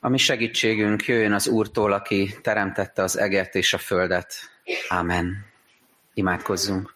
A mi segítségünk jöjjön az Úrtól, aki teremtette az eget és a földet. Ámen. Imádkozzunk.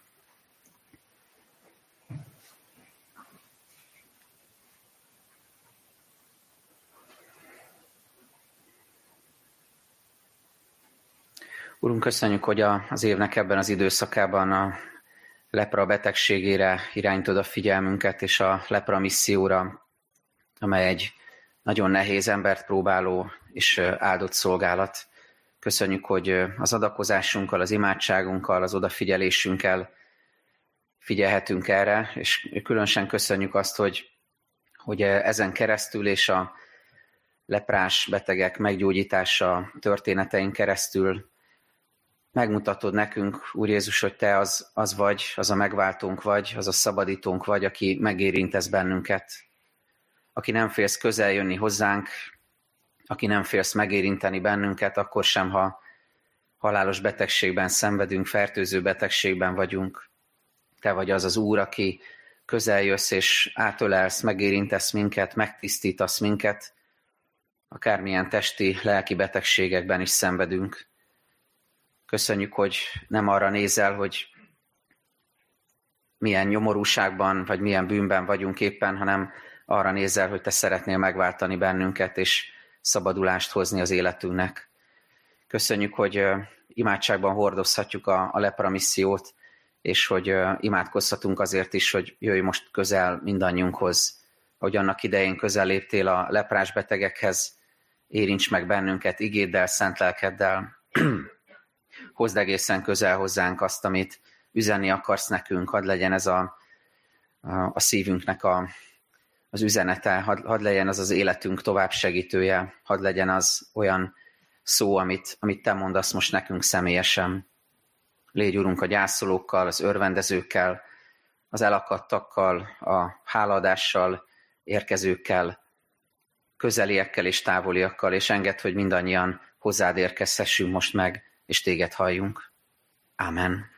Úrunk, köszönjük, hogy az évnek ebben az időszakában a lepra betegségére irányítod a figyelmünket, és a lepra misszióra, amely egy nagyon nehéz, embert próbáló és áldott szolgálat. Köszönjük, hogy az adakozásunkkal, az imádságunkkal, az odafigyelésünkkel figyelhetünk erre, és különösen köszönjük azt, hogy ezen keresztül és a leprás betegek meggyógyítása történetein keresztül megmutatod nekünk, Úr Jézus, hogy Te az vagy, az a megváltónk vagy, az a szabadítónk vagy, aki megérintesz bennünket, aki nem félsz közel jönni hozzánk, aki nem félsz megérinteni bennünket, akkor sem, ha halálos betegségben szenvedünk, fertőző betegségben vagyunk. Te vagy az az Úr, aki közel jössz és átölelsz, megérintesz minket, megtisztítasz minket, akármilyen testi, lelki betegségekben is szenvedünk. Köszönjük, hogy nem arra nézel, hogy milyen nyomorúságban vagy milyen bűnben vagyunk éppen, hanem arra nézel, hogy Te szeretnél megváltani bennünket, és szabadulást hozni az életünknek. Köszönjük, hogy imádságban hordozhatjuk a lepra missziót, és hogy imádkozhatunk azért is, hogy jöjj most közel mindannyiunkhoz, hogy annak idején közel léptél a leprás betegekhez, érints meg bennünket igéddel, szent lelkeddel, hozd egészen közel hozzánk azt, amit üzenni akarsz nekünk, hadd legyen ez a szívünknek az üzenete, hadd legyen az az életünk tovább segítője, hadd legyen az olyan szó, amit Te mondasz most nekünk személyesen. Légy, Urunk, a gyászolókkal, az örvendezőkkel, az elakadtakkal, a hálaadással érkezőkkel, közeliekkel és távoliakkal, és engedd, hogy mindannyian hozzád érkezhessünk most meg, és Téged halljunk. Ámen.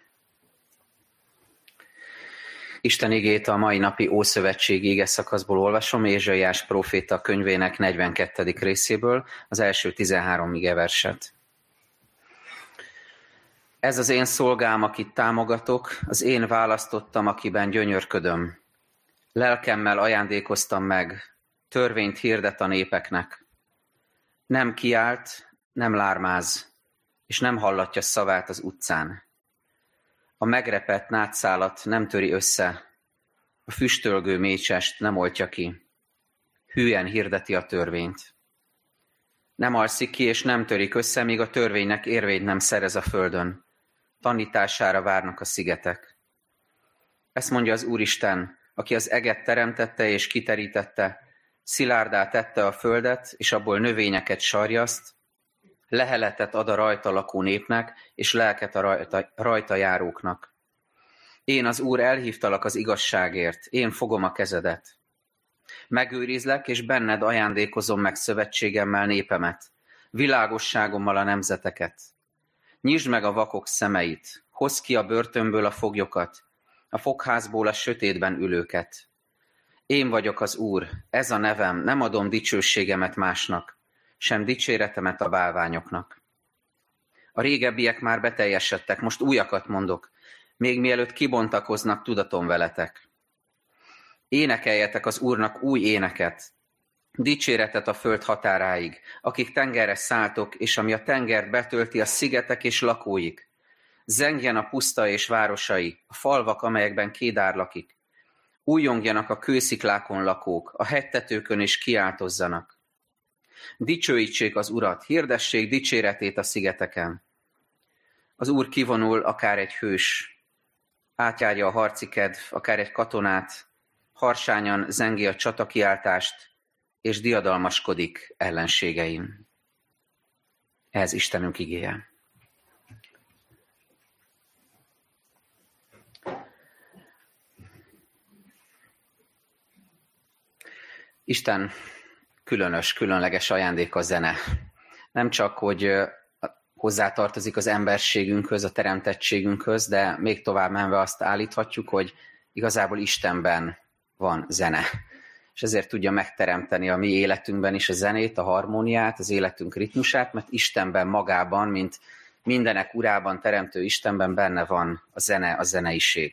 Isten igét a mai napi ószövetségi igeszakaszból olvasom, Ézsaiás próféta könyvének 42. részéből, az első 13 igeverset. Ez az én szolgám, akit támogatok, az én választottam, akiben gyönyörködöm. Lelkemmel ajándékoztam meg, törvényt hirdet a népeknek. Nem kiált, nem lármáz, és nem hallatja szavát az utcán. A megrepett nátszálat nem töri össze, a füstölgő mécsest nem oltja ki. Hűen hirdeti a törvényt. Nem alszik ki, és nem törik össze, míg a törvénynek érvényt nem szerez a földön. Tanítására várnak a szigetek. Ezt mondja az Úristen, aki az eget teremtette és kiterítette, szilárdá tette a földet, és abból növényeket sarjaszt, leheletet ad a rajta lakó népnek, és lelket a rajta járóknak. Én az Úr elhívtalak az igazságért, én fogom a kezedet. Megőrizlek, és benned ajándékozom meg szövetségemmel népemet, világosságommal a nemzeteket. Nyisd meg a vakok szemeit, hozd ki a börtönből a foglyokat, a fogházból a sötétben ülőket. Én vagyok az Úr, ez a nevem, nem adom dicsőségemet másnak, sem dicséretemet a bálványoknak. A régebbiek már beteljesedtek, most újakat mondok, még mielőtt kibontakoznak, tudatom veletek. Énekeljetek az Úrnak új éneket, dicséretet a föld határáig, akik tengerre szálltok, és ami a tengert betölti, a szigetek és lakóik. Zengjen a puszta és városai, a falvak, amelyekben Kédár lakik. Újjongjanak a kősziklákon lakók, a hegytetőkön is kiáltozzanak. Dicsőítsék az Urat, hirdessék dicséretét a szigeteken. Az Úr kivonul, akár egy hős, átjárja a harci kedv, akár egy katonát, harsányan zengi a csatakiáltást, és diadalmaskodik ellenségein. Ez Istenünk igéje. Isten különleges ajándék a zene. Nem csak, hogy hozzátartozik az emberségünkhöz, a teremtettségünkhöz, de még tovább menve azt állíthatjuk, hogy igazából Istenben van zene. és ezért tudja megteremteni a mi életünkben is a zenét, a harmóniát, az életünk ritmusát, mert Istenben magában, mint mindenek urában, teremtő Istenben benne van a zene, a zeneiség.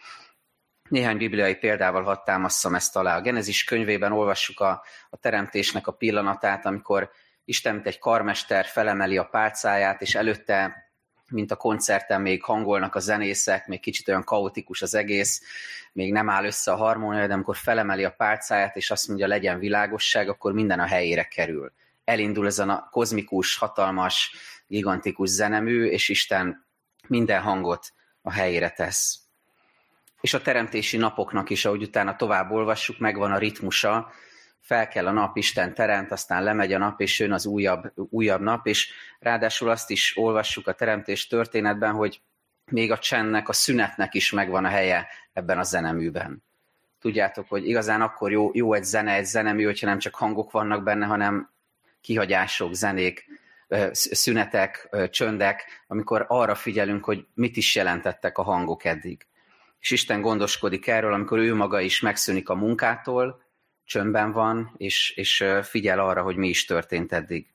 Néhány bibliai példával hadd támasszam ezt alá. A Genezis könyvében olvassuk a teremtésnek a pillanatát, amikor Isten, mint egy karmester felemeli a pálcáját, és előtte, mint a koncerten még hangolnak a zenészek, még kicsit olyan kaotikus az egész, még nem áll össze a harmónia, de amikor felemeli a pálcáját, és azt mondja, legyen világosság, akkor minden a helyére kerül. Elindul ez a kozmikus, hatalmas, gigantikus zenemű, és Isten minden hangot a helyére tesz. És a teremtési napoknak is, ahogy utána tovább olvassuk, megvan a ritmusa, fel kell a nap, Isten teremt, aztán lemegy a nap, és jön az újabb nap, és ráadásul azt is olvassuk a teremtés történetben, hogy még a csendnek, a szünetnek is megvan a helye ebben a zeneműben. Tudjátok, hogy igazán akkor jó egy zenemű, hogyha nem csak hangok vannak benne, hanem kihagyások, zenék, szünetek, csöndek, amikor arra figyelünk, hogy mit is jelentettek a hangok eddig. És Isten gondoskodik erről, amikor ő maga is megszűnik a munkától, csöndben van, és figyel arra, hogy mi is történt eddig.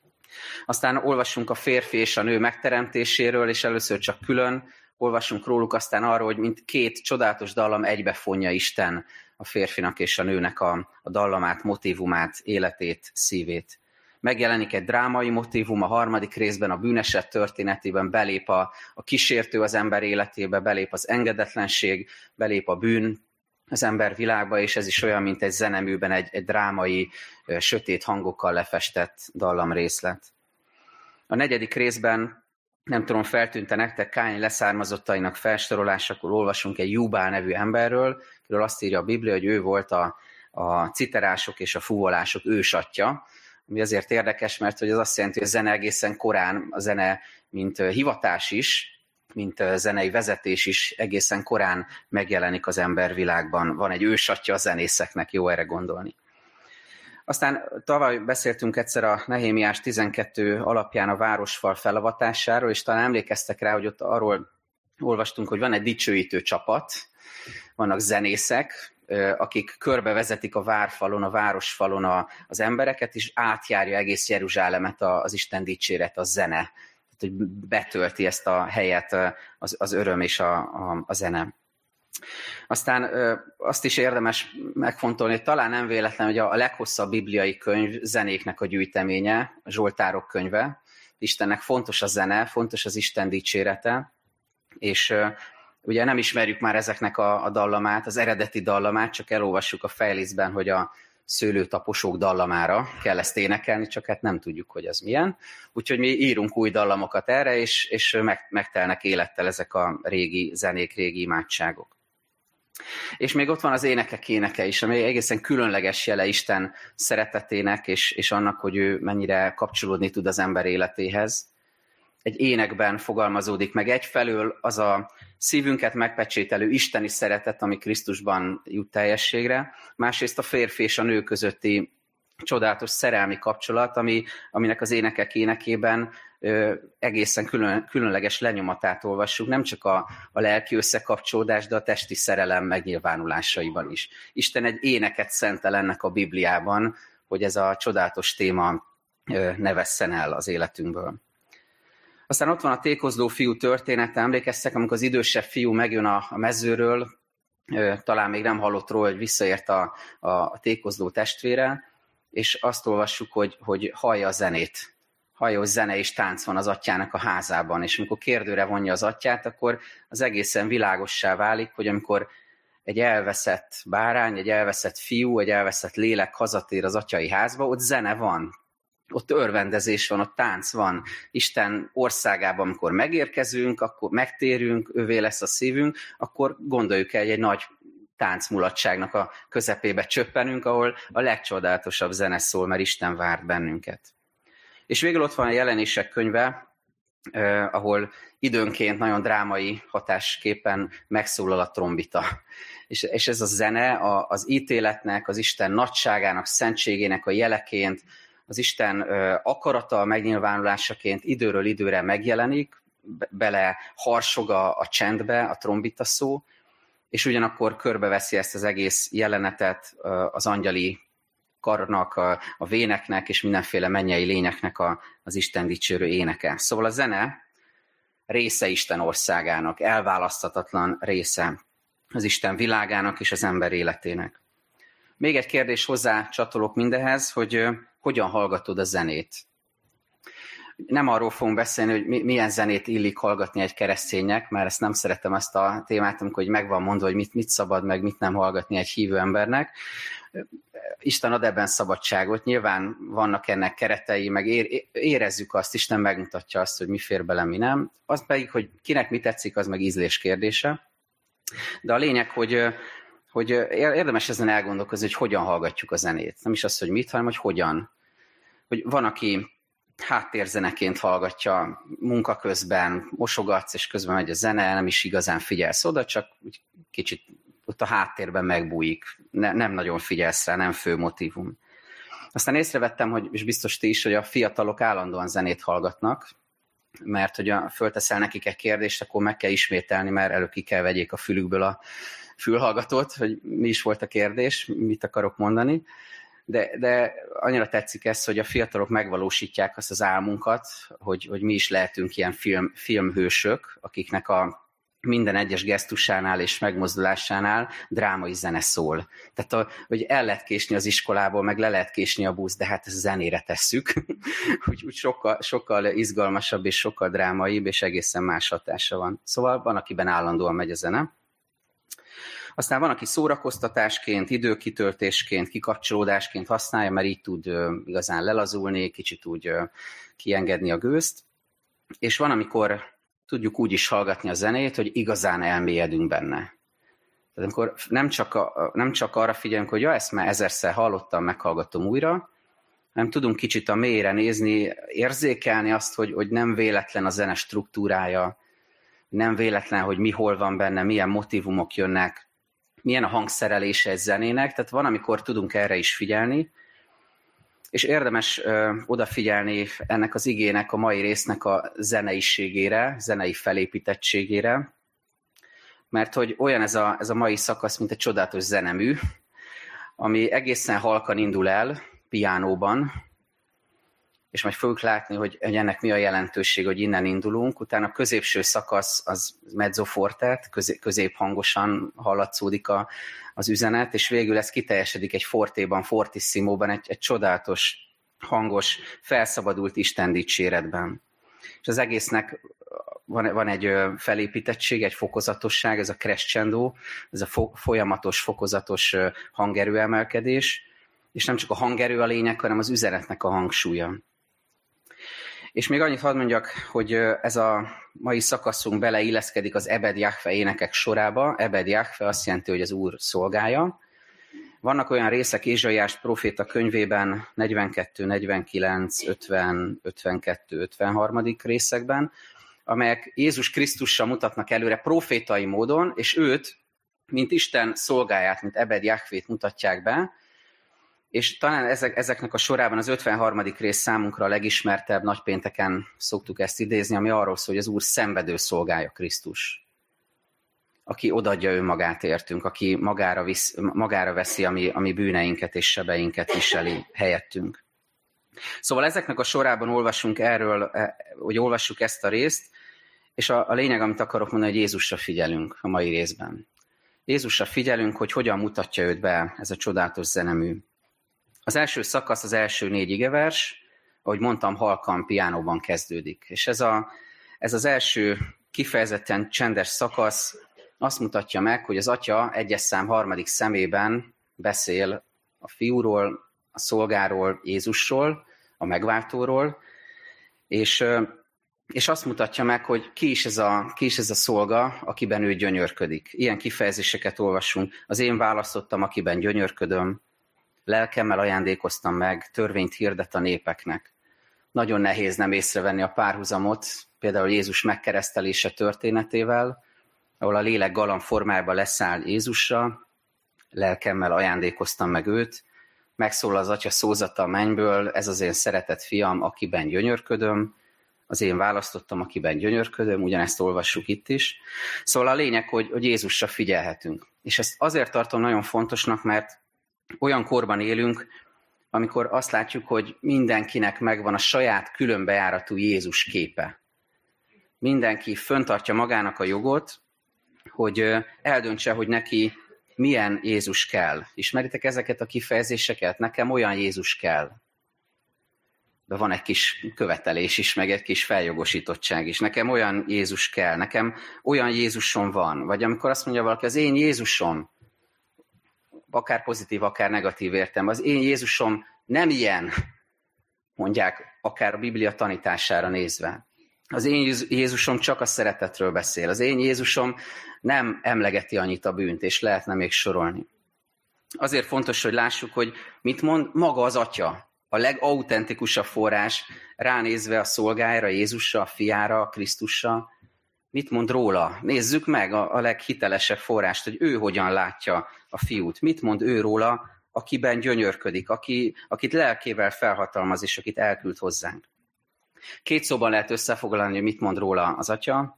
Aztán olvassunk a férfi és a nő megteremtéséről, és először csak külön olvassunk róluk, aztán arról, hogy mint két csodálatos dallam egybefonja Isten a férfinak és a nőnek a dallamát, motívumát, életét, szívét. Megjelenik egy drámai motívum, a harmadik részben a bűneset történetében belép a kísértő az ember életébe, belép az engedetlenség, belép a bűn az ember világba, és ez is olyan, mint egy zeneműben egy drámai, sötét hangokkal lefestett dallamrészlet. A negyedik részben, nem tudom, feltűnte nektek, Káin leszármazottainak felsorolásakor olvasunk egy Júbál nevű emberről, akiről azt írja a Biblia, hogy ő volt a citerások és a fuvolások ősatja, ami azért érdekes, mert hogy az azt jelenti, hogy a zene egészen korán, a zene mint hivatás is, mint zenei vezetés is egészen korán megjelenik az embervilágban. Van egy ősatja a zenészeknek, jó erre gondolni. Aztán tavaly beszéltünk egyszer a Nehémiás 12 alapján a városfal felavatásáról, és talán emlékeztek rá, hogy ott arról olvastunk, hogy van egy dicsőítő csapat, vannak zenészek, akik körbevezetik a várfalon, a városfalon az embereket, és átjárja egész Jeruzsálemet az Isten dicséret, a zene. Hogy betölti ezt a helyet az öröm és a zene. Aztán azt is érdemes megfontolni, hogy talán nem véletlen, hogy a leghosszabb bibliai könyv zenéknek a gyűjteménye, a Zsoltárok könyve. Istennek fontos a zene, fontos az Isten dicsérete, és ugye nem ismerjük már ezeknek a dallamát, az eredeti dallamát, csak elolvassuk a fejlészben, hogy a szőlőtaposók dallamára kell ezt énekelni, csak hát nem tudjuk, hogy az milyen. Úgyhogy mi írunk új dallamokat erre, és megtelnek élettel ezek a régi zenék, régi imádságok. És még ott van az énekek éneke is, ami egészen különleges jele Isten szeretetének, és annak, hogy ő mennyire kapcsolódni tud az ember életéhez. Egy énekben fogalmazódik meg egyfelől az a szívünket megpecsételő isteni szeretet, ami Krisztusban jut teljességre, másrészt a férfi és a nő közötti csodálatos szerelmi kapcsolat, aminek az énekek énekében egészen különleges lenyomatát olvassuk, nem csak a lelki összekapcsolódás, de a testi szerelem megnyilvánulásaiban is. Isten egy éneket szentel ennek a Bibliában, hogy ez a csodálatos téma ne vesszen el az életünkből. Aztán ott van a tékozló fiú története, emlékeztek, amikor az idősebb fiú megjön a mezőről, talán még nem hallott róla, hogy visszaért a tékozló testvére, és azt olvassuk, hogy hallja a zenét. Hallja, hogy zene és tánc van az atyának a házában, és amikor kérdőre vonja az atyát, akkor az egészen világossá válik, hogy amikor egy elveszett bárány, egy elveszett fiú, egy elveszett lélek hazatér az atyai házba, ott zene van. Ott örvendezés van, ott tánc van. Isten országában, amikor megérkezünk, akkor megtérünk, ővé lesz a szívünk, akkor gondoljuk el, egy nagy táncmulatságnak a közepébe csöppenünk, ahol a legcsodálatosabb zene szól, mert Isten várt bennünket. És végül ott van a Jelenések könyve, ahol időnként nagyon drámai hatásképpen megszólal a trombita. És ez a zene az ítéletnek, az Isten nagyságának, szentségének a jeleként, az Isten akarata megnyilvánulásaként időről időre megjelenik, bele harsog a csendbe a trombita szó, és ugyanakkor körbeveszi ezt az egész jelenetet az angyali karnak, a véneknek és mindenféle mennyei lényeknek az Isten dicsőrő éneke. Szóval a zene része Isten országának, elválaszthatatlan része az Isten világának és az ember életének. Még egy kérdés hozzá csatolok mindehez, hogy hogyan hallgatod a zenét. Nem arról fogunk beszélni, hogy milyen zenét illik hallgatni egy kereszténynek, mert ezt nem szeretem ezt a témát, amikor meg van mondva, hogy mit szabad, meg mit nem hallgatni egy hívő embernek. Isten ad ebben szabadságot, nyilván vannak ennek keretei, meg érezzük azt, Isten megmutatja azt, hogy mi fér bele, mi nem. Az pedig, hogy kinek mi tetszik, az meg ízlés kérdése. De a lényeg, hogy érdemes ezen elgondolkozni, hogy hogyan hallgatjuk a zenét. Nem is az, hogy mit, hanem hogy hogyan. Hogy van, aki háttérzeneként hallgatja munka közben, mosogatsz, és közben megy a zene, nem is igazán figyelsz oda, csak úgy kicsit ott a háttérben megbújik. Nem nagyon figyelsz rá, nem fő motívum. Aztán észrevettem, hogy, és biztos ti is, hogy a fiatalok állandóan zenét hallgatnak, mert hogy fölteszel nekik egy kérdést, akkor meg kell ismételni, mert elő ki kell vegyék a fülükből a fülhallgatót, hogy mi is volt a kérdés, mit akarok mondani. De annyira tetszik ez, hogy a fiatalok megvalósítják azt az álmunkat, hogy mi is lehetünk ilyen filmhősök, akiknek a minden egyes gesztusánál és megmozdulásánál drámai zene szól. Tehát, hogy el lehet késni az iskolából, meg le lehet késni a busz, de hát ezt zenére tesszük. úgy sokkal izgalmasabb és sokkal drámaibb, és egészen más hatása van. Szóval van, akiben állandóan megy a zene. Aztán van, aki szórakoztatásként, időkitöltésként, kikapcsolódásként használja, mert így tud igazán lelazulni, kicsit úgy kiengedni a gőzt. És van, amikor tudjuk úgy is hallgatni a zenét, hogy igazán elmélyedünk benne. Tehát amikor nem csak arra figyelünk, hogy ezt már ezerszer hallottam, meghallgatom újra, hanem tudunk kicsit a mélyre nézni, érzékelni azt, hogy nem véletlen a zene struktúrája, nem véletlen, hogy mi hol van benne, milyen motívumok jönnek, milyen a hangszerelése egy zenének, tehát van, amikor tudunk erre is figyelni, és érdemes odafigyelni ennek az igének, a mai résznek a zeneiségére, zenei felépítettségére, mert hogy olyan ez a mai szakasz, mint egy csodálatos zenemű, ami egészen halkan indul el, piánóban, és majd fogjuk látni, hogy ennek mi a jelentőség, hogy innen indulunk. Utána a középső szakasz az mezzo forte, középhangosan hallatszódik az üzenet, és végül ez kiteljesedik egy fortéban, fortissimóban, egy csodálatos, hangos, felszabadult Isten dicséretben. És az egésznek van egy felépítettség, egy fokozatosság, ez a crescendo, ez a folyamatos, fokozatos hangerőemelkedés, és nem csak a hangerő a lényeg, hanem az üzenetnek a hangsúlya. És még annyit hadd mondjak, hogy ez a mai szakaszunk beleilleszkedik az Ebed Jahve énekek sorába. Ebed Jahve azt jelenti, hogy az Úr szolgája. Vannak olyan részek Ézsaiás próféta könyvében 42, 49, 50, 52, 53. részekben, amelyek Jézus Krisztussal mutatnak előre profétai módon, és őt, mint Isten szolgáját, mint Ebed Jahvét mutatják be, és talán ezeknek a sorában az 53. rész számunkra a legismertebb, nagypénteken szoktuk ezt idézni, ami arról szól, hogy az Úr szenvedő szolgája Krisztus, aki odaadja önmagát értünk, aki magára veszi a mi bűneinket és sebeinket viseli helyettünk. Szóval ezeknek a sorában olvasunk erről, hogy olvassuk ezt a részt, és a lényeg, amit akarok mondani, hogy Jézusra figyelünk a mai részben. Jézusra figyelünk, hogy hogyan mutatja őt be ez a csodálatos zenemű. Az első szakasz, az első 4 igevers, ahogy mondtam, halkan piánóban kezdődik. És ez az első kifejezetten csendes szakasz azt mutatja meg, hogy az Atya 1. szám 3. szemében beszél a Fiúról, a Szolgáról, Jézusról, a Megváltóról, és azt mutatja meg, hogy ki is ez a szolga, akiben ő gyönyörködik. Ilyen kifejezéseket olvasunk. Az én választottam, akiben gyönyörködöm, lelkemmel ajándékoztam meg, törvényt hirdet a népeknek. Nagyon nehéz nem észrevenni a párhuzamot, például Jézus megkeresztelése történetével, ahol a lélek galamb formájában leszáll Jézusra, lelkemmel ajándékoztam meg őt, megszól az Atya szózata a mennyből, ez az én szeretett fiam, akiben gyönyörködöm, az én választottam, akiben gyönyörködöm, ugyanezt olvassuk itt is. Szóval a lényeg, hogy Jézusra figyelhetünk. És ezt azért tartom nagyon fontosnak, mert olyan korban élünk, amikor azt látjuk, hogy mindenkinek megvan a saját különbejáratú Jézus képe. Mindenki föntartja magának a jogot, hogy eldöntse, hogy neki milyen Jézus kell. Ismeritek ezeket a kifejezéseket? Nekem olyan Jézus kell. De van egy kis követelés is, meg egy kis feljogosítottság is. Nekem olyan Jézus kell, nekem olyan Jézusom van. Vagy amikor azt mondja valaki, az én Jézusom, akár pozitív, akár negatív értem, az én Jézusom nem ilyen, mondják akár a Biblia tanítására nézve. Az én Jézusom csak a szeretetről beszél. Az én Jézusom nem emlegeti annyit a bűnt, és lehetne még sorolni. Azért fontos, hogy lássuk, hogy mit mond maga az Atya. A legautentikusabb forrás ránézve a szolgájára, Jézusra, a fiára, a Krisztusra. Mit mond róla? Nézzük meg a leghitelesebb forrást, hogy ő hogyan látja a fiút. Mit mond ő róla, akiben gyönyörködik, akit lelkével felhatalmaz, és akit elküld hozzánk. 2 szóban lehet összefoglalni, hogy mit mond róla az Atya.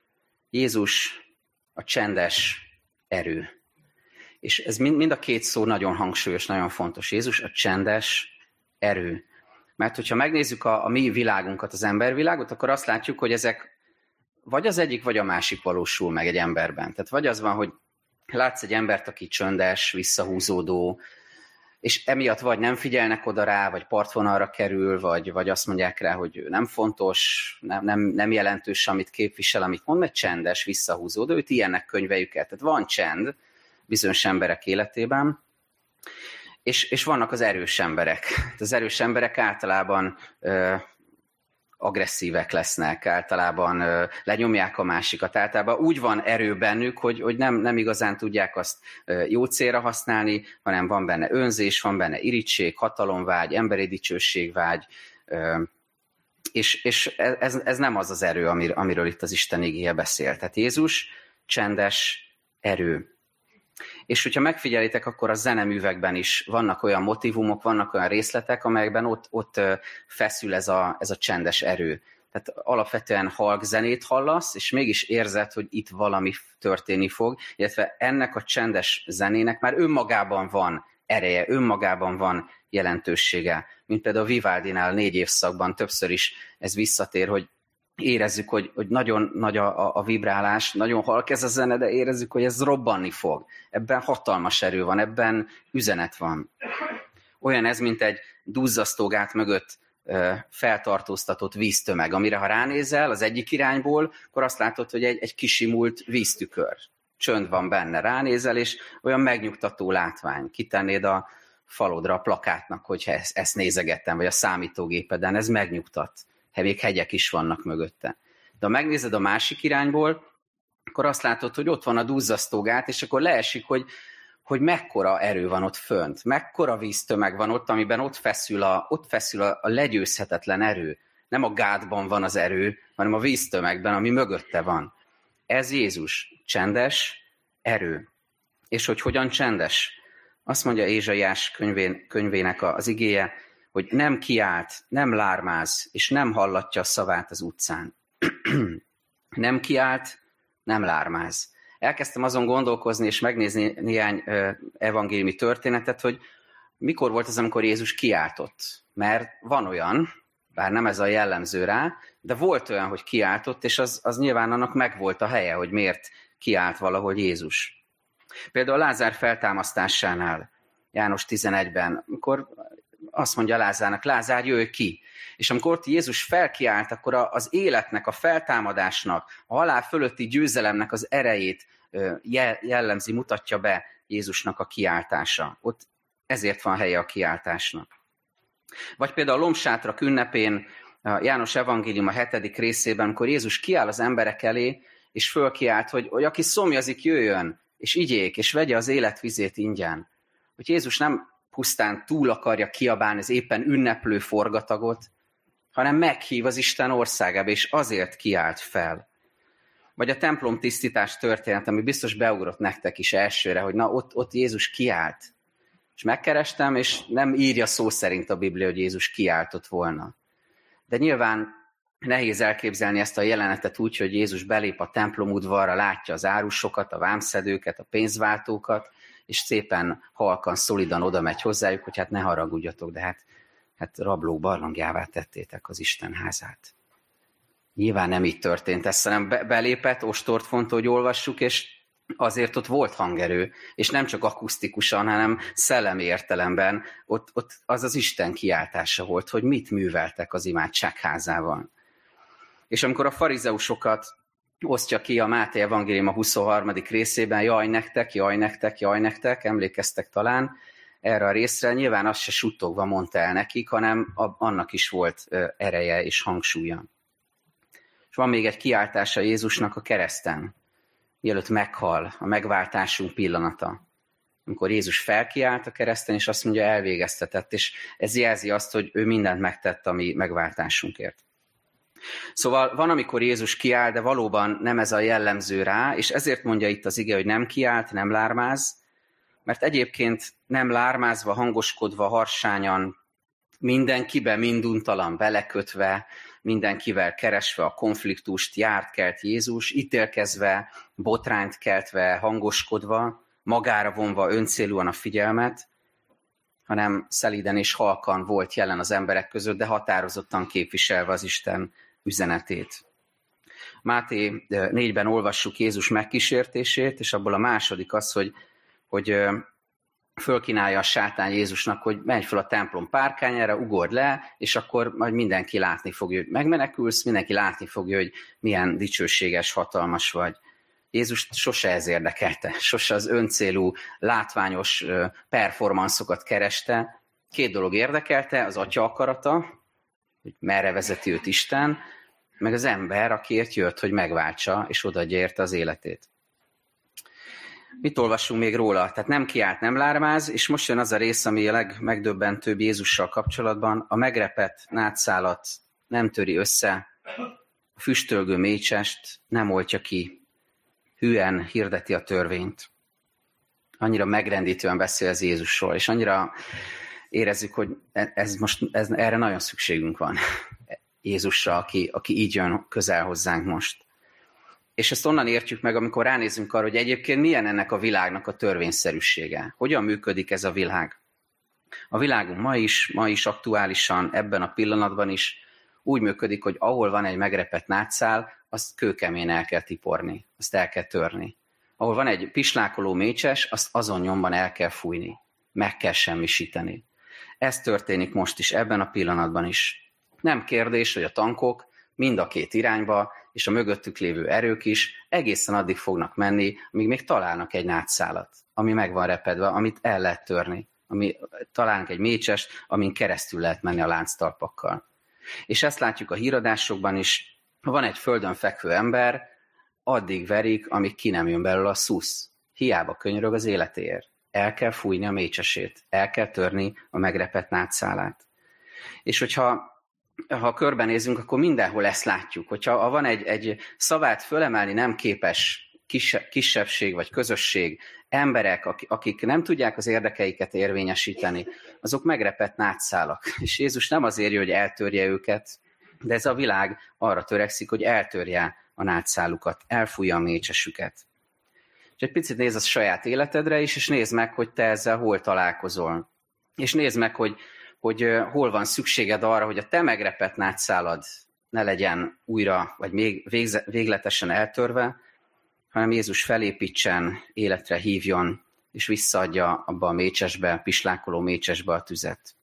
Jézus a csendes erő. És ez mind a 2 szó nagyon hangsúlyos, nagyon fontos. Jézus a csendes erő. Mert hogyha megnézzük a mi világunkat, az embervilágot, akkor azt látjuk, hogy ezek vagy az egyik, vagy a másik valósul meg egy emberben. Tehát vagy az van, hogy látsz egy embert, aki csöndes, visszahúzódó, és emiatt vagy nem figyelnek oda rá, vagy partvonalra kerül, vagy azt mondják rá, hogy nem fontos, nem jelentős, amit képvisel, amit mond, mert csendes, visszahúzódó, őt ilyennek könyveljük el. Tehát van csend bizonyos emberek életében, és vannak az erős emberek. Az erős emberek általában agresszívek lesznek, általában lenyomják a másikat. Általában úgy van erő bennük, hogy nem igazán tudják azt jó célra használni, hanem van benne önzés, van benne irigység, hatalomvágy, emberi dicsőségvágy, és ez nem az az erő, amiről itt az Isten igéje beszél. Tehát Jézus csendes erő. És hogyha megfigyelitek, akkor a zeneművekben is vannak olyan motívumok, vannak olyan részletek, amelyekben ott feszül ez a csendes erő. Tehát alapvetően halk zenét hallasz, és mégis érzed, hogy itt valami történni fog, illetve ennek a csendes zenének már önmagában van ereje, önmagában van jelentősége. Mint például a Vivaldinál 4 évszakban többször is ez visszatér, hogy érezzük, hogy nagyon nagy a vibrálás, nagyon halk ez a zene, de érezzük, hogy ez robbanni fog. Ebben hatalmas erő van, ebben üzenet van. Olyan ez, mint egy duzzasztógát mögött feltartóztatott víztömeg, amire ha ránézel az egyik irányból, akkor azt látod, hogy egy kisimult víztükör. Csönd van benne, ránézel, és olyan megnyugtató látvány. Kitennéd a falodra a plakátnak, hogyha ezt nézegettem, vagy a számítógépeden, ez megnyugtat. Még hegyek is vannak mögötte. De ha megnézed a másik irányból, akkor azt látod, hogy ott van a duzzasztógát, és akkor leesik, hogy mekkora erő van ott fönt, mekkora víztömeg van ott, amiben ott feszül a legyőzhetetlen erő. Nem a gátban van az erő, hanem a víztömegben, ami mögötte van. Ez Jézus, csendes erő. És hogy hogyan csendes? Azt mondja Ézsaiás könyvének az igéje, hogy nem kiált, nem lármáz, és nem hallatja a szavát az utcán. Nem kiált, nem lármáz. Elkezdtem azon gondolkozni, és megnézni néhány evangéliumi történetet, hogy mikor volt az, amikor Jézus kiáltott. Mert van olyan, bár nem ez a jellemző rá, de volt olyan, hogy kiáltott, és az nyilván annak megvolt a helye, hogy miért kiált valahol Jézus. Például Lázár feltámasztásánál, János 11-ben, amikor azt mondja Lázárnak, Lázár, jöjj ki! És amikor ott Jézus felkiált, akkor az életnek, a feltámadásnak, a halál fölötti győzelemnek az erejét jellemzi, mutatja be Jézusnak a kiáltása. Ott ezért van helye a kiáltásnak. Vagy például a lombsátrak ünnepén, a János evangélium a 7. részében, amikor Jézus kiáll az emberek elé, és fölkiált, hogy aki szomjazik, jöjjön, és igyék, és vegye az életvizét ingyen. Hogy Jézus nem pusztán túl akarja kiabálni az éppen ünneplő forgatagot, hanem meghív az Isten országába, és azért kiált fel. Vagy a templom tisztítás történet, ami biztos beugrott nektek is elsőre, hogy na, ott Jézus kiált. És megkerestem, és nem írja szó szerint a Biblia, hogy Jézus kiáltott volna. De nyilván Nehéz elképzelni ezt a jelenetet úgy, hogy Jézus belép a templom udvarra, látja az árusokat, a vámszedőket, a pénzváltókat, és szépen halkan, szolidan oda megy hozzájuk, hogy hát ne haragudjatok, de hát rablók barlangjává tettétek az Isten házát. Nyilván nem így történt ez, hanem belépett, ostort fontos, hogy olvassuk, és azért ott volt hangerő, és nem csak akusztikusan, hanem szellemi értelemben, ott az Isten kiáltása volt, hogy mit műveltek az imádságházával. És amikor a farizeusokat osztja ki a Máté evangélium a 23. részében, jaj nektek, jaj nektek, jaj nektek, emlékeztek talán erre a részre, nyilván azt se suttogva mondta el nekik, hanem annak is volt ereje és hangsúlya. És van még egy kiáltása Jézusnak a kereszten, mielőtt meghal, a megváltásunk pillanata. Amikor Jézus felkiált a kereszten, és azt mondja, elvégeztetett, és ez jelzi azt, hogy ő mindent megtett a mi megváltásunkért. Szóval van, amikor Jézus kiáll, de valóban nem ez a jellemző rá, és ezért mondja itt az ige, hogy nem kiált, nem lármáz, mert egyébként nem lármázva, hangoskodva, harsányan, mindenkibe minduntalan belekötve, mindenkivel keresve a konfliktust járt kelt Jézus, ítélkezve, botrányt keltve, hangoskodva, magára vonva öncélúan a figyelmet, hanem szelíden és halkan volt jelen az emberek között, de határozottan képviselve az Isten üzenetét. Máté 4-ben olvassuk Jézus megkísértését, és abból a második az, hogy fölkínálja a sátán Jézusnak, hogy menj fel a templom párkányára, ugorj le, és akkor majd mindenki látni fogja, hogy megmenekülsz, mindenki látni fogja, hogy milyen dicsőséges, hatalmas vagy. Jézust sose ez érdekelte, sose az öncélú, látványos performanszokat kereste. Két dolog érdekelte, az Atya akarata, hogy merre vezeti őt Isten, meg az ember, akiért jött, hogy megváltsa, és odaadja érte az életét. Mit olvassunk még róla? Tehát nem kiált, nem lármáz, és most jön az a rész, ami a legmegdöbbentőbb Jézussal kapcsolatban. A megrepett nátszálat nem töri össze, a füstölgő mécsest nem oltja ki, hűen hirdeti a törvényt. Annyira megrendítően beszél az Jézusról, és annyira érezzük, hogy erre nagyon szükségünk van. Jézusra, aki így jön közel hozzánk most. És ezt onnan értjük meg, amikor ránézünk arra, hogy egyébként milyen ennek a világnak a törvényszerűsége. Hogyan működik ez a világ? A világunk ma is aktuálisan, ebben a pillanatban is úgy működik, hogy ahol van egy megrepett nátszál, azt kőkemén el kell tiporni, azt el kell törni. Ahol van egy pislákoló mécses, azt azon nyomban el kell fújni, meg kell semmisíteni. Ez történik most is, ebben a pillanatban is. Nem kérdés, hogy a tankok mind a két irányba, és a mögöttük lévő erők is egészen addig fognak menni, amíg még találnak egy nátszálat, ami meg van repedve, amit el lehet törni, találnak egy mécsest, amin keresztül lehet menni a lánctalpakkal. És ezt látjuk a híradásokban is, ha van egy földön fekvő ember, addig verik, amíg ki nem jön belőle a szusz. Hiába könyörög az életéért. El kell fújni a mécsesét, el kell törni a megrepett nátszálát. És hogyha körbenézünk, akkor mindenhol ezt látjuk. Hogyha van egy szavát fölemelni nem képes kisebbség vagy közösség, emberek, akik nem tudják az érdekeiket érvényesíteni, azok megrepett nátszálak. És Jézus nem azért jön, hogy eltörje őket, de ez a világ arra törekszik, hogy eltörje a nátszálukat, elfújja a mécsesüket. És egy picit nézz a saját életedre is, és nézd meg, hogy te ezzel hol találkozol. És nézd meg, hogy hol van szükséged arra, hogy a te megrepett nátszálad ne legyen újra, vagy még végletesen eltörve, hanem Jézus felépítsen, életre hívjon, és visszaadja abba a mécsesbe, pislákoló mécsesbe a tüzet.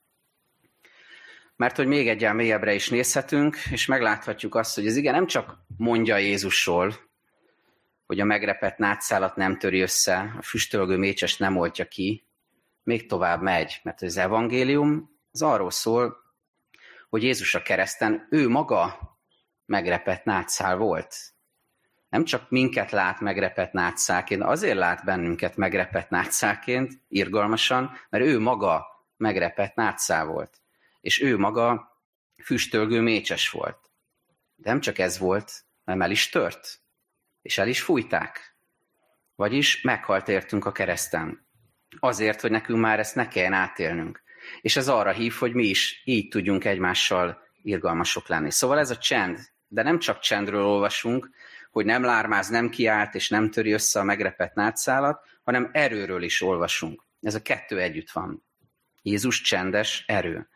Mert hogy még egyen mélyebbre is nézhetünk, és megláthatjuk azt, hogy ez igen nem csak mondja Jézusról, hogy a megrepett nátszálat nem töri össze, a füstölgő mécsest nem oltja ki, még tovább megy, mert az evangélium az arról szól, hogy Jézus a kereszten, ő maga megrepett nátszál volt. Nem csak minket lát megrepett nátszálként, azért lát bennünket megrepett nátszálként, irgalmasan, mert ő maga megrepett nátszál volt. És ő maga füstölgő mécses volt. De nem csak ez volt, hanem el is tört. És el is fújták. Vagyis meghalt értünk a kereszten. Azért, hogy nekünk már ezt ne kelljen átélnünk. És ez arra hív, hogy mi is így tudjunk egymással irgalmasok lenni. Szóval ez a csend, de nem csak csendről olvasunk, hogy nem lármáz, nem kiált és nem töri össze a megrepett nátszálat, hanem erőről is olvasunk. Ez a kettő együtt van. Jézus csendes erő.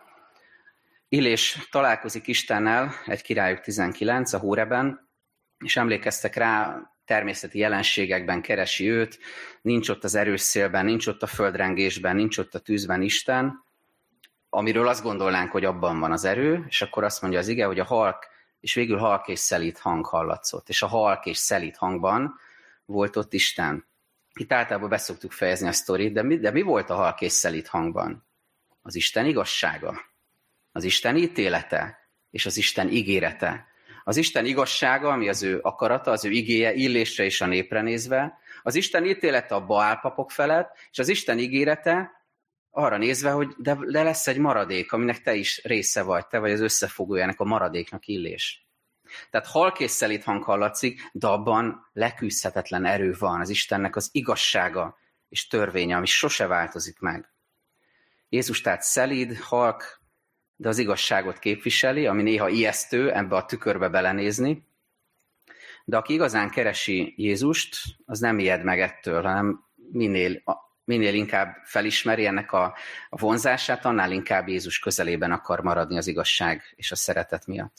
Illés találkozik Istennel, egy Királyok 19 a Hóreben, és emlékeztek rá, természeti jelenségekben keresi őt, nincs ott az erős szélben, nincs ott a földrengésben, nincs ott a tűzben Isten, amiről azt gondolnánk, hogy abban van az erő, és akkor azt mondja az ige, hogy a halk, és végül halk és szelíd hang hallatszott, és a halk és szelíd hangban volt ott Isten. Itt általában beszoktuk fejezni a sztorit, de mi volt a halk és szelíd hangban? Az Isten igazsága, az Isten ítélete, és az Isten ígérete. Az Isten igazsága, ami az ő akarata, az ő igéje Illésre és a népre nézve, az Isten ítélete a Baál papok felett, és az Isten ígérete arra nézve, hogy de lesz egy maradék, aminek te is része vagy, te vagy az összefogója ennek a maradéknak, Illés. Tehát halk és szelíd hang hallatszik, de abban leküzdhetetlen erő van, az Istennek az igazsága és törvénye, ami sose változik meg. Jézus tehát szelíd, halk, de az igazságot képviseli, ami néha ijesztő ebbe a tükörbe belenézni, de aki igazán keresi Jézust, az nem ijed meg ettől, hanem minél inkább felismeri ennek a vonzását, annál inkább Jézus közelében akar maradni az igazság és a szeretet miatt.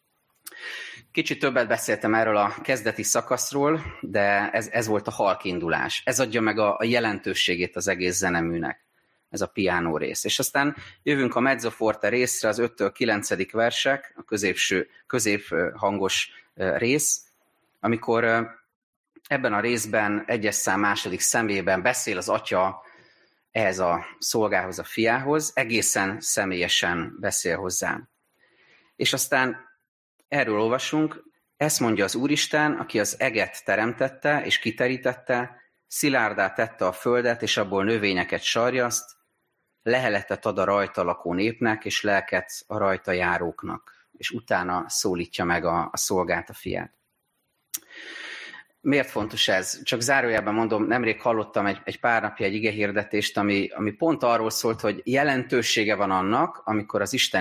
Kicsit többet beszéltem erről a kezdeti szakaszról, de ez volt a halkindulás. Ez adja meg a jelentőségét az egész zeneműnek, ez a piánó rész. És aztán jövünk a mezzoforte részre, az 5-től 9. versek, a középhangos rész, amikor ebben a részben egyes szám második személyben beszél az atya ehhez a szolgához, a fiához, egészen személyesen beszél hozzá. És aztán erről olvasunk, ezt mondja az Úristen, aki az eget teremtette és kiterítette, szilárdá tette a földet, és abból növényeket sarjaszt, leheletet ad a rajta lakó népnek, és lelket a rajta járóknak. És utána szólítja meg a szolgát, a fiát. Miért fontos ez? Csak zárójelben mondom, nemrég hallottam egy pár napja egy igehirdetést, ami pont arról szólt, hogy jelentősége van annak, amikor az Isten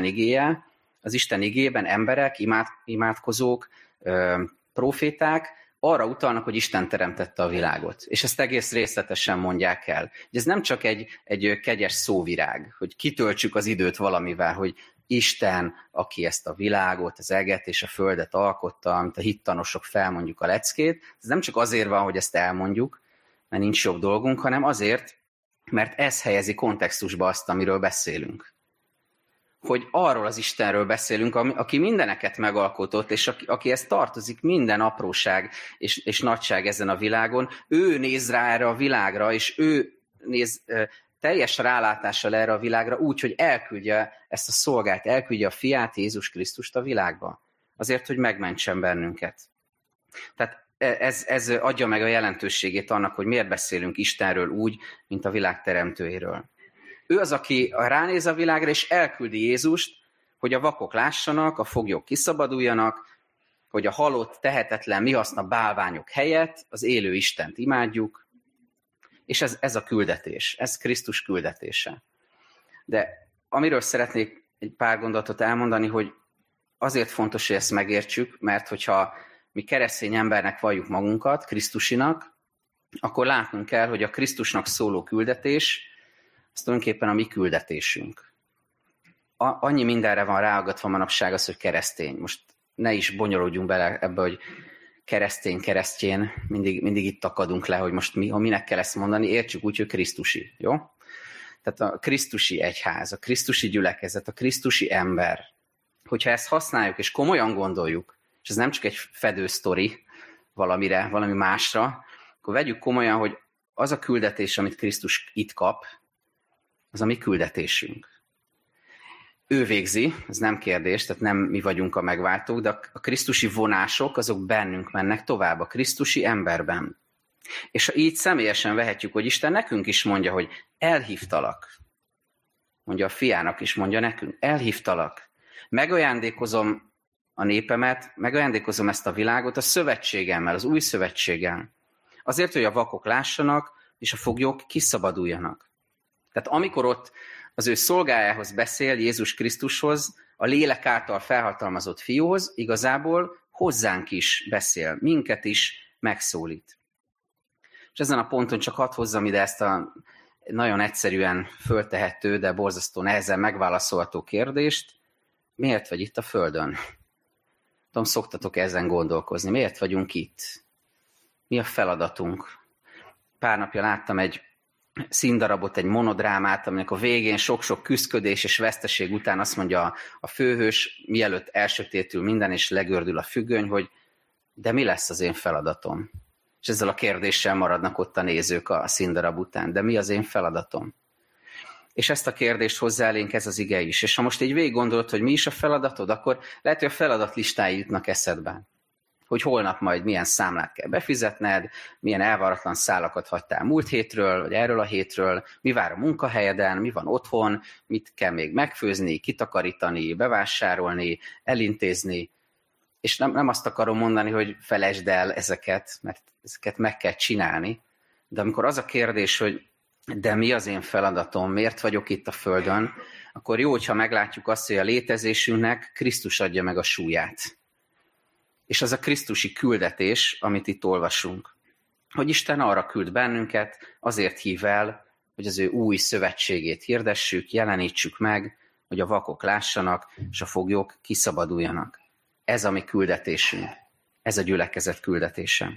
igében emberek, imádkozók, proféták arra utalnak, hogy Isten teremtette a világot. És ezt egész részletesen mondják el. Ez nem csak egy kegyes szóvirág, hogy kitöltsük az időt valamivel, hogy Isten, aki ezt a világot, az eget és a földet alkotta, amit a hittanosok felmondjuk a leckét, ez nem csak azért van, hogy ezt elmondjuk, mert nincs jobb dolgunk, hanem azért, mert ez helyezi kontextusba azt, amiről beszélünk. Hogy arról az Istenről beszélünk, aki mindeneket megalkotott, és akihez tartozik minden apróság és nagyság ezen a világon, ő néz rá erre a világra, és ő néz teljes rálátással erre a világra úgy, hogy elküldje ezt a szolgát, elküldje a fiát, Jézus Krisztust a világba. Azért, hogy megmentsen bennünket. Tehát ez adja meg a jelentőségét annak, hogy miért beszélünk Istenről úgy, mint a világ teremtőjéről. Ő az, aki ránéz a világra, és elküldi Jézust, hogy a vakok lássanak, a foglyok kiszabaduljanak, hogy a halott, tehetetlen, mihaszna bálványok helyett az élő Istent imádjuk, és ez a küldetés, ez Krisztus küldetése. De amiről szeretnék egy pár gondolatot elmondani, hogy azért fontos, hogy ezt megértsük, mert hogyha mi keresztény embernek valljuk magunkat, Krisztusinak, akkor látnunk kell, hogy a Krisztusnak szóló küldetés, ez tulajdonképpen a mi küldetésünk. Annyi mindenre van ráaggatva manapság az, hogy keresztény. Most ne is bonyolódjunk bele ebbe, hogy keresztjén, mindig itt akadunk le, hogy most minek kell ezt mondani, értsük úgy, hogy krisztusi, jó? Tehát a krisztusi egyház, a krisztusi gyülekezet, a krisztusi ember. Hogyha ezt használjuk és komolyan gondoljuk, és ez nem csak egy fedő sztori valami másra, akkor vegyük komolyan, hogy az a küldetés, amit Krisztus itt kap, az a mi küldetésünk. Ő végzi, ez nem kérdés, tehát nem mi vagyunk a megváltók, de a krisztusi vonások, azok bennünk mennek tovább, a krisztusi emberben. És így személyesen vehetjük, hogy Isten nekünk is mondja, hogy elhívtalak. Mondja a fiának is, mondja nekünk, elhívtalak. Megajándékozom a népemet, megajándékozom ezt a világot a szövetségemmel, az új szövetséggel. Azért, hogy a vakok lássanak, és a foglyok kiszabaduljanak. Tehát amikor ott az ő szolgájához beszél, Jézus Krisztushoz, a lélek által felhatalmazott fiúhoz igazából hozzánk is beszél, minket is megszólít. És ezen a ponton csak hadd hozzam ide ezt a nagyon egyszerűen föltehető, de borzasztó nehezen megválaszolható kérdést. Miért vagy itt a Földön? Tudom, szoktatok ezen gondolkozni. Miért vagyunk itt? Mi a feladatunk? Pár napja láttam egy színdarabot, egy monodrámát, aminek a végén sok-sok küszködés és veszteség után azt mondja a főhős, mielőtt elsötétül minden, és legördül a függöny, hogy de mi lesz az én feladatom? És ezzel a kérdéssel maradnak ott a nézők a színdarab után. De mi az én feladatom? És ezt a kérdést hozzá elénk ez az ige is. És ha most így végig gondolod, hogy mi is a feladatod, akkor lehet, hogy a feladatlistái jutnak eszedbe. Hogy holnap majd milyen számlát kell befizetned, milyen elváratlan szálakat hagytál múlt hétről, vagy erről a hétről, mi vár a munkahelyeden, mi van otthon, mit kell még megfőzni, kitakarítani, bevásárolni, elintézni. És nem azt akarom mondani, hogy felejtsd el ezeket, mert ezeket meg kell csinálni, de amikor az a kérdés, hogy de mi az én feladatom, miért vagyok itt a Földön, akkor jó, hogyha meglátjuk azt, hogy a létezésünknek Krisztus adja meg a súlyát. És az a krisztusi küldetés, amit itt olvasunk. Hogy Isten arra küld bennünket, azért hív el, hogy az ő új szövetségét hirdessük, jelenítsük meg, hogy a vakok lássanak, és a foglyok kiszabaduljanak. Ez a mi küldetésünk. Ez a gyülekezet küldetése.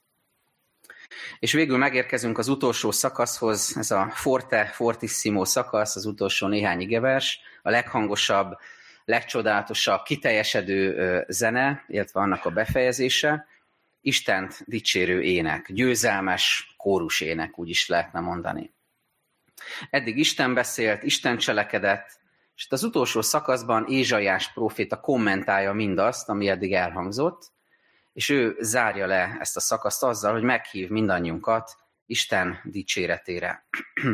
És végül megérkezünk az utolsó szakaszhoz, ez a forte, fortissimo szakasz, az utolsó néhány igevers, a leghangosabb, legcsodálatosabb, kiteljesedő zene, illetve annak a befejezése, Istent dicsérő ének, győzelmes kórus ének, úgy is lehetne mondani. Eddig Isten beszélt, Isten cselekedett, és itt az utolsó szakaszban Ézsaiás próféta kommentálja mindazt, ami eddig elhangzott, és ő zárja le ezt a szakaszt azzal, hogy meghív mindannyiunkat Isten dicséretére.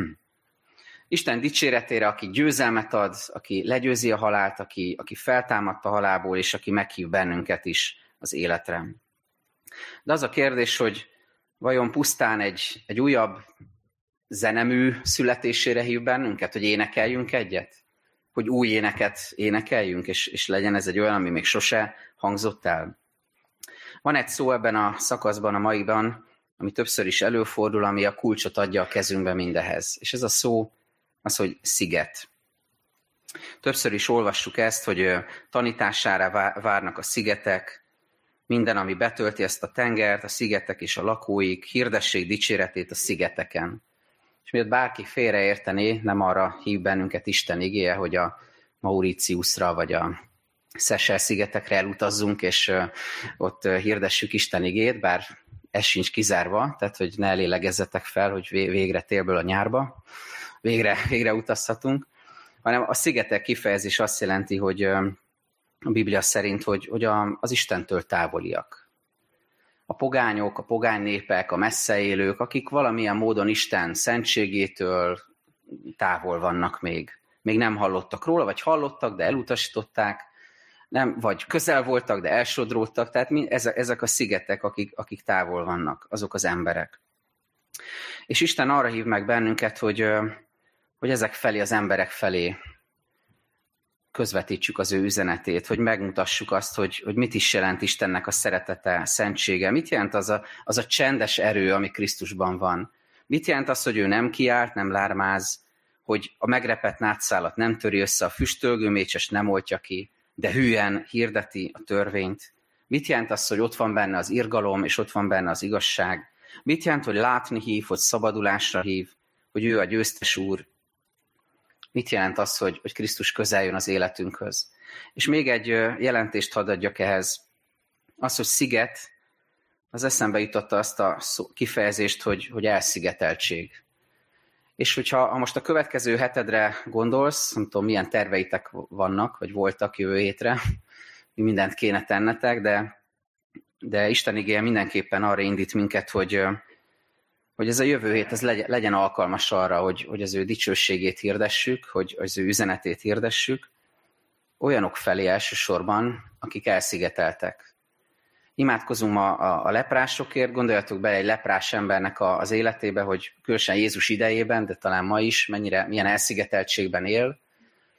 Isten dicséretére, aki győzelmet ad, aki legyőzi a halált, aki feltámadt a halálból, és aki meghív bennünket is az életre. De az a kérdés, hogy vajon pusztán egy újabb zenemű születésére hív bennünket, hogy énekeljünk egyet? Hogy új éneket énekeljünk, és legyen ez egy olyan, ami még sose hangzott el? Van egy szó ebben a szakaszban, a maiban, ami többször is előfordul, ami a kulcsot adja a kezünkbe mindehez. És ez a szó az, hogy sziget. Többször is olvassuk ezt, hogy tanítására várnak a szigetek, minden, ami betölti ezt a tengert, a szigetek és a lakóik, hirdessék dicséretét a szigeteken. És miatt bárki félreértené, nem arra hív bennünket Isten igéje, hogy a Mauritiusra vagy a Seychelles-szigetekre elutazzunk, és ott hirdessük Isten igét, bár ez sincs kizárva, tehát hogy ne elélegezzetek fel, hogy végre télből a nyárba, végre utazhatunk, hanem a szigetek kifejezés azt jelenti, hogy a Biblia szerint, hogy az Istentől távoliak. A pogányok, a pogány népek, a messze élők, akik valamilyen módon Isten szentségétől távol vannak még. Még nem hallottak róla, vagy hallottak, de elutasították, nem, vagy közel voltak, de elsodródtak, tehát ezek a szigetek, akik távol vannak, azok az emberek. És Isten arra hív meg bennünket, hogy ezek felé, az emberek felé közvetítsük az ő üzenetét, hogy megmutassuk azt, hogy mit is jelent Istennek a szeretete, szentsége, mit jelent az a csendes erő, ami Krisztusban van. Mit jelent az, hogy ő nem kiált, nem lármáz, hogy a megrepett nátszálat nem töri össze, a füstölgő mécses nem oltja ki, de hülyen hirdeti a törvényt. Mit jelent az, hogy ott van benne az irgalom, és ott van benne az igazság? Mit jelent, hogy látni hív, hogy szabadulásra hív, hogy ő a győztes úr? Mit jelent az, hogy Krisztus közel jön az életünkhöz? És még egy jelentést hadd adjak ehhez. Az, hogy sziget, az eszembe jutotta azt a kifejezést, hogy elszigeteltség. És hogyha most a következő hetedre gondolsz, nem tudom, milyen terveitek vannak, vagy voltak jövő hétre, mi mindent kéne tennetek, de Isten igéje mindenképpen arra indít minket, hogy ez a jövő hét ez legyen alkalmas arra, hogy az ő dicsőségét hirdessük, hogy az ő üzenetét hirdessük, olyanok felé elsősorban, akik elszigeteltek. Imádkozunk ma a leprásokért, gondoljatok bele egy leprás embernek az életébe, hogy különösen Jézus idejében, de talán ma is, milyen elszigeteltségben él,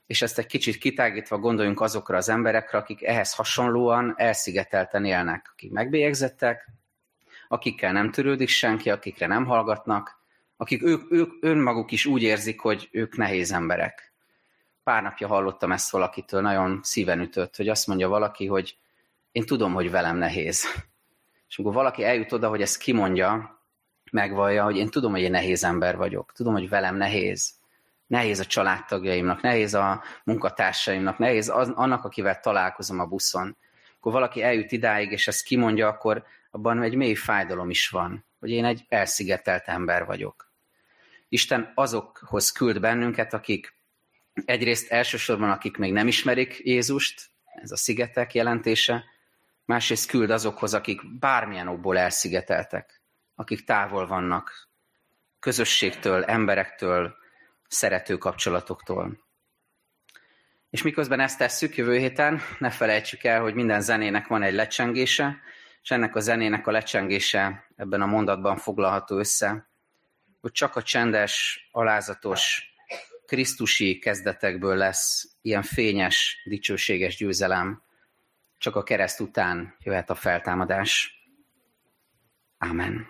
És ezt egy kicsit kitágítva gondoljunk azokra az emberekre, akik ehhez hasonlóan elszigetelten élnek, akik megbélyegzettek, akikkel nem törődik senki, akikre nem hallgatnak, akik ők önmaguk is úgy érzik, hogy ők nehéz emberek. Pár napja hallottam ezt valakitől, nagyon szíven ütött, hogy azt mondja valaki, hogy én tudom, hogy velem nehéz. És amikor valaki eljut oda, hogy ezt kimondja, megvallja, hogy én tudom, hogy én nehéz ember vagyok, tudom, hogy velem nehéz. Nehéz a családtagjaimnak, nehéz a munkatársaimnak, nehéz annak, akivel találkozom a buszon. Akkor valaki eljut idáig, és ezt kimondja, akkor abban egy mély fájdalom is van, hogy én egy elszigetelt ember vagyok. Isten azokhoz küld bennünket, akik egyrészt elsősorban, akik még nem ismerik Jézust, ez a szigetek jelentése, másrészt küld azokhoz, akik bármilyen okból elszigeteltek, akik távol vannak közösségtől, emberektől, szerető kapcsolatoktól. És miközben ezt tesszük jövő héten, ne felejtsük el, hogy minden zenének van egy lecsengése, és ennek a zenének a lecsengése ebben a mondatban foglalható össze, hogy csak a csendes, alázatos, krisztusi kezdetekből lesz ilyen fényes, dicsőséges győzelem, csak a kereszt után jöhet a feltámadás. Ámen.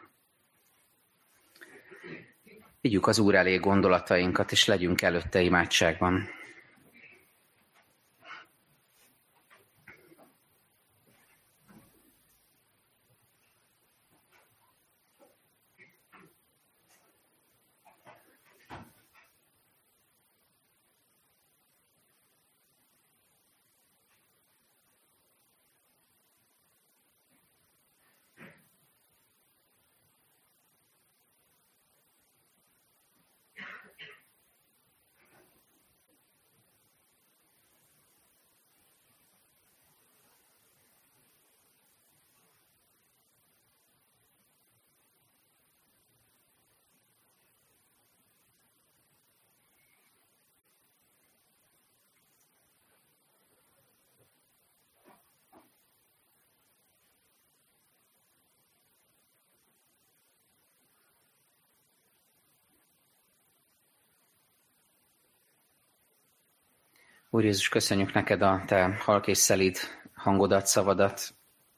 Vigyük az Úr elé gondolatainkat, és legyünk előtte imádságban. Úr Jézus, köszönjük neked a te halk és szelíd hangodat, szavadat.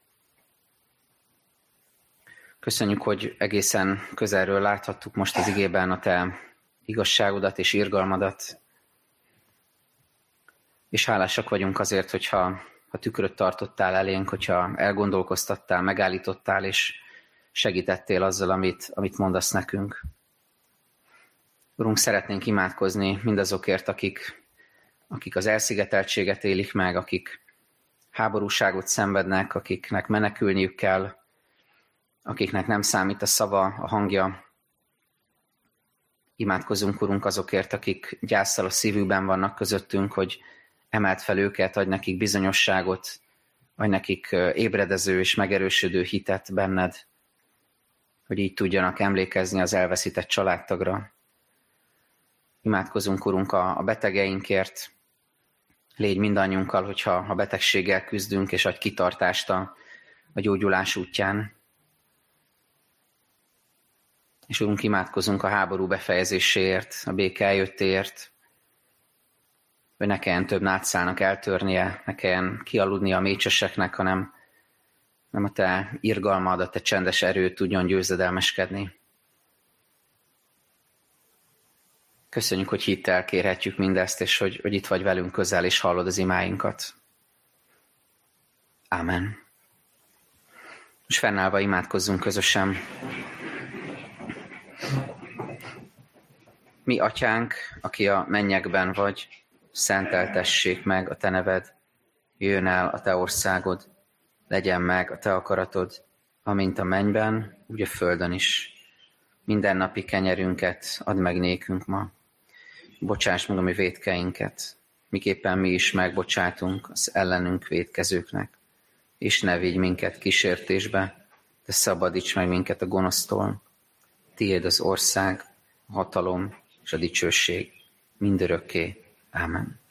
Köszönjük, hogy egészen közelről láthattuk most az igében a te igazságodat és irgalmadat. És hálásak vagyunk azért, hogyha tükröt tartottál elénk, hogyha elgondolkoztattál, megállítottál és segítettél azzal, amit mondasz nekünk. Urunk, szeretnénk imádkozni mindazokért, akik az elszigeteltséget élik meg, akik háborúságot szenvednek, akiknek menekülniük kell, akiknek nem számít a szava, a hangja. Imádkozunk, Urunk, azokért, akik gyászsal a szívükben vannak közöttünk, hogy emeld fel őket, adj nekik bizonyosságot, adj nekik ébredező és megerősödő hitet benned, hogy így tudjanak emlékezni az elveszített családtagra. Imádkozunk, Urunk, a betegeinkért. Légy mindannyiunkkal, hogyha a betegséggel küzdünk, és adj kitartást a gyógyulás útján. És Urunk, imádkozunk a háború befejezéséért, a béke eljöttéért, hogy ne kelljen több nátszálnak eltörnie, ne kelljen kialudnia a mécseseknek, hanem a te irgalmad, a te csendes erőt tudjon győzedelmeskedni. Köszönjük, hogy hittel kérhetjük mindezt, és hogy itt vagy velünk közel, és hallod az imáinkat. Ámen. Most fennállva imádkozzunk közösen. Mi, Atyánk, aki a mennyekben vagy, szenteltessék meg a te neved, jöjjön el a te országod, legyen meg a te akaratod, amint a mennyben, úgy a földön is. Mindennapi kenyerünket add meg nékünk ma. Bocsáss meg a mi vétkeinket, miképpen mi is megbocsátunk az ellenünk vétkezőknek. És ne vigy minket kísértésbe, de szabadíts meg minket a gonosztól. Tiéd az ország, a hatalom és a dicsőség mindörökké. Ámen.